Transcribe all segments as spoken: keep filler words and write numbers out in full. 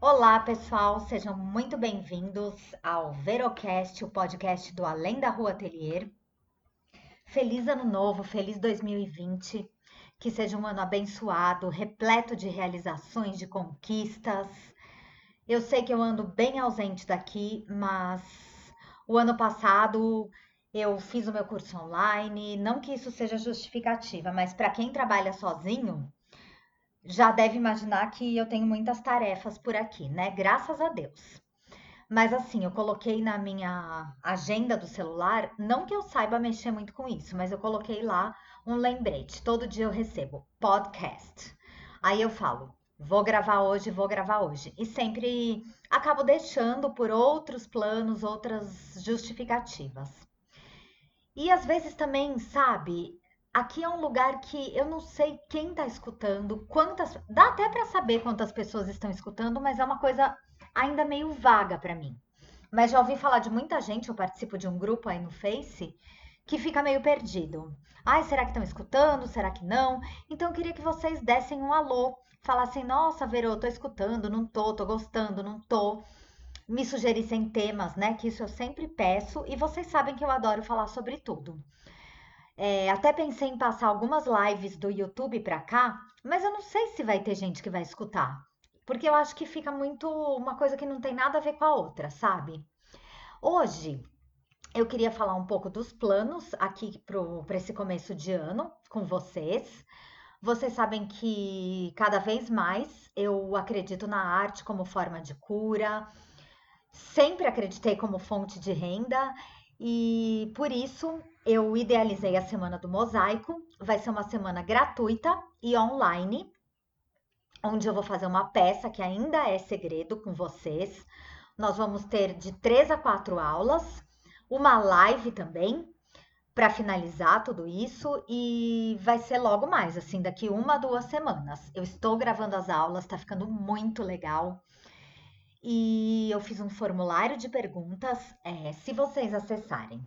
Olá, pessoal, sejam muito bem-vindos ao Verocast, o podcast do Além da Rua Atelier. Feliz Ano Novo, feliz dois mil e vinte, que seja um ano abençoado, repleto de realizações, de conquistas. Eu sei que eu ando bem ausente daqui, mas o ano passado eu fiz o meu curso online, não que isso seja justificativa, mas para quem trabalha sozinho, já deve imaginar que eu tenho muitas tarefas por aqui, né? Graças a Deus. Mas assim, eu coloquei na minha agenda do celular, não que eu saiba mexer muito com isso, mas eu coloquei lá um lembrete. Todo dia eu recebo podcast. Aí eu falo, vou gravar hoje, vou gravar hoje. E sempre acabo deixando por outros planos, outras justificativas. E às vezes também, sabe, aqui é um lugar que eu não sei quem tá escutando, quantas, dá até para saber quantas pessoas estão escutando, mas é uma coisa ainda meio vaga para mim. Mas já ouvi falar de muita gente, eu participo de um grupo aí no Face, que fica meio perdido. Ai, será que estão escutando? Será que não? Então eu queria que vocês dessem um alô, falassem, nossa, Verô, tô escutando, não tô, tô gostando, não tô. Me sugerissem temas, né? Que isso eu sempre peço e vocês sabem que eu adoro falar sobre tudo. É, até pensei em passar algumas lives do YouTube pra cá, mas eu não sei se vai ter gente que vai escutar. Porque eu acho que fica muito uma coisa que não tem nada a ver com a outra, sabe? Hoje eu queria falar um pouco dos planos aqui para esse começo de ano com vocês. Vocês sabem que cada vez mais eu acredito na arte como forma de cura, sempre acreditei como fonte de renda e por isso eu idealizei a Semana do Mosaico. Vai ser uma semana gratuita e online, onde eu vou fazer uma peça que ainda é segredo com vocês. Nós vamos ter de três a quatro aulas, uma live também para finalizar tudo isso e vai ser logo mais, assim, daqui uma, duas semanas. Eu estou gravando as aulas, tá ficando muito legal. E eu fiz um formulário de perguntas. É, se vocês acessarem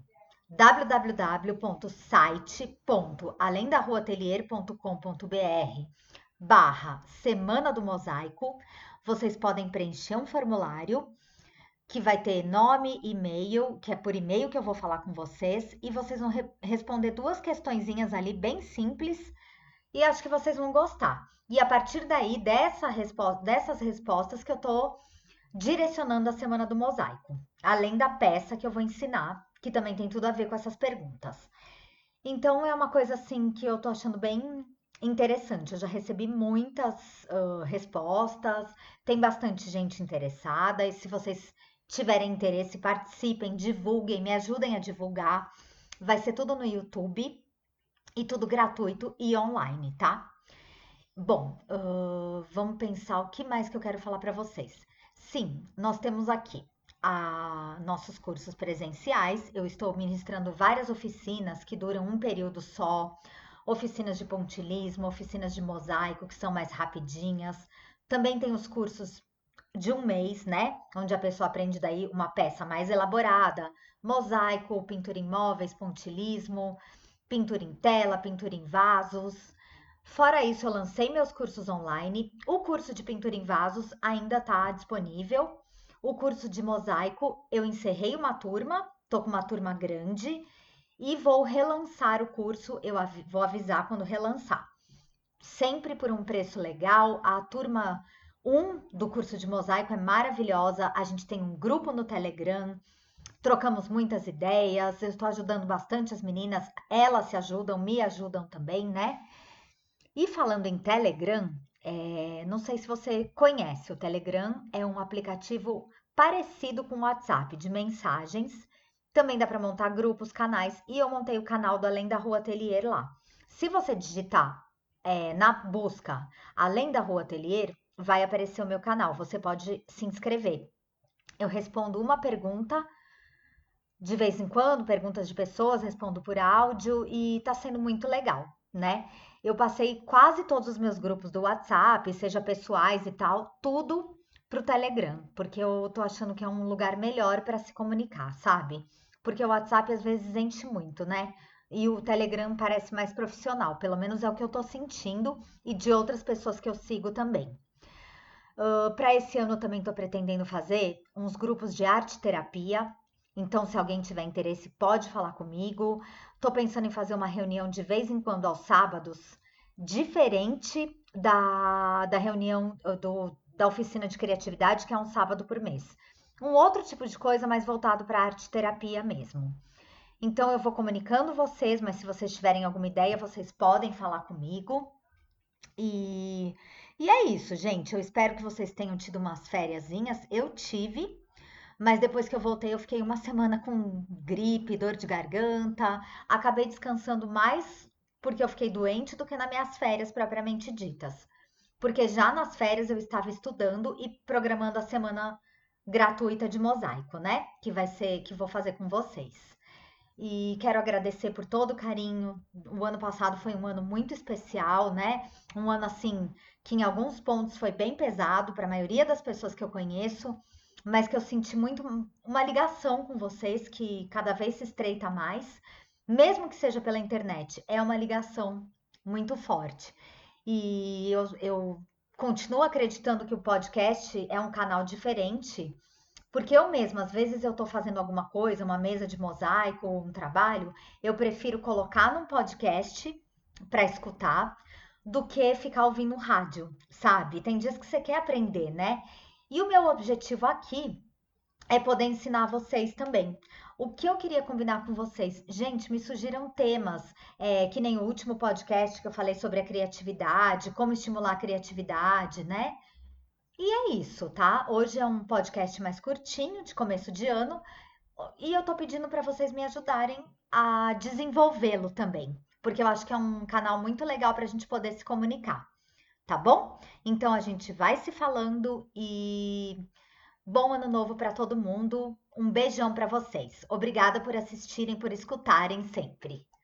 w w w ponto site ponto além da rua atelier ponto com ponto b r barra Semana do Mosaico, vocês podem preencher um formulário que vai ter nome, e-mail, que é por e-mail que eu vou falar com vocês, e vocês vão re responder duas questõezinhas ali bem simples, e acho que vocês vão gostar. E a partir daí, dessa respo dessas respostas que eu tô direcionando a Semana do Mosaico, além da peça que eu vou ensinar, que também tem tudo a ver com essas perguntas. Então é uma coisa assim que eu tô achando bem interessante. Eu já recebi muitas uh, respostas, tem bastante gente interessada, e se vocês tiverem interesse, participem, divulguem, me ajudem a divulgar. Vai ser tudo no YouTube e tudo gratuito e online, tá? Bom, uh, vamos pensar o que mais que eu quero falar para vocês. Sim, nós temos aqui a, nossos cursos presenciais. Eu estou ministrando várias oficinas que duram um período só, oficinas de pontilhismo, oficinas de mosaico, que são mais rapidinhas. Também tem os cursos de um mês, né? Onde a pessoa aprende daí uma peça mais elaborada, mosaico, pintura em móveis, pontilhismo, pintura em tela, pintura em vasos. Fora isso, eu lancei meus cursos online. O curso de pintura em vasos ainda está disponível. O curso de mosaico, eu encerrei uma turma, tô com uma turma grande e vou relançar o curso. Eu av vou avisar quando relançar. Sempre por um preço legal. A turma um do curso de mosaico é maravilhosa. A gente tem um grupo no Telegram, trocamos muitas ideias. Eu estou ajudando bastante as meninas, elas se ajudam, me ajudam também, né? E falando em Telegram, é, não sei se você conhece, o Telegram é um aplicativo parecido com o WhatsApp, de mensagens. Também dá para montar grupos, canais, e eu montei o canal do Além da Rua Atelier lá. Se você digitar é, na busca Além da Rua Atelier, vai aparecer o meu canal, você pode se inscrever. Eu respondo uma pergunta de vez em quando, perguntas de pessoas, respondo por áudio e tá sendo muito legal, né? Eu passei quase todos os meus grupos do WhatsApp, seja pessoais e tal, tudo pro Telegram, porque eu tô achando que é um lugar melhor para se comunicar, sabe? Porque o WhatsApp às vezes enche muito, né? E o Telegram parece mais profissional, pelo menos é o que eu tô sentindo e de outras pessoas que eu sigo também. Para esse ano eu também estou pretendendo fazer uns grupos de arte terapia. Então, se alguém tiver interesse, pode falar comigo. Estou pensando em fazer uma reunião de vez em quando aos sábados, diferente da, da reunião do, da oficina de criatividade, que é um sábado por mês. Um outro tipo de coisa mais voltado para arte terapia mesmo. Então, eu vou comunicando vocês, mas se vocês tiverem alguma ideia, vocês podem falar comigo. E, e é isso, gente. Eu espero que vocês tenham tido umas fériasinhas. Eu tive, mas depois que eu voltei, eu fiquei uma semana com gripe, dor de garganta. Acabei descansando mais porque eu fiquei doente do que nas minhas férias propriamente ditas. Porque já nas férias eu estava estudando e programando a semana gratuita de mosaico, né? Que vai ser, que vou fazer com vocês. E quero agradecer por todo o carinho. O ano passado foi um ano muito especial, né? Um ano assim que em alguns pontos foi bem pesado para a maioria das pessoas que eu conheço, mas que eu senti muito uma ligação com vocês que cada vez se estreita mais, mesmo que seja pela internet. É uma ligação muito forte. E eu, eu continuo acreditando que o podcast é um canal diferente porque eu mesma, às vezes eu tô fazendo alguma coisa, uma mesa de mosaico ou um trabalho, eu prefiro colocar num podcast para escutar do que ficar ouvindo rádio, sabe? Tem dias que você quer aprender, né? E o meu objetivo aqui é poder ensinar vocês também. O que eu queria combinar com vocês? Gente, me sugiram temas, é, que nem o último podcast que eu falei sobre a criatividade, como estimular a criatividade, né? E é isso, tá? Hoje é um podcast mais curtinho, de começo de ano, e eu tô pedindo para vocês me ajudarem a desenvolvê-lo também, porque eu acho que é um canal muito legal para a gente poder se comunicar, tá bom? Então a gente vai se falando e bom ano novo para todo mundo. Um beijão para vocês. Obrigada por assistirem, por escutarem sempre.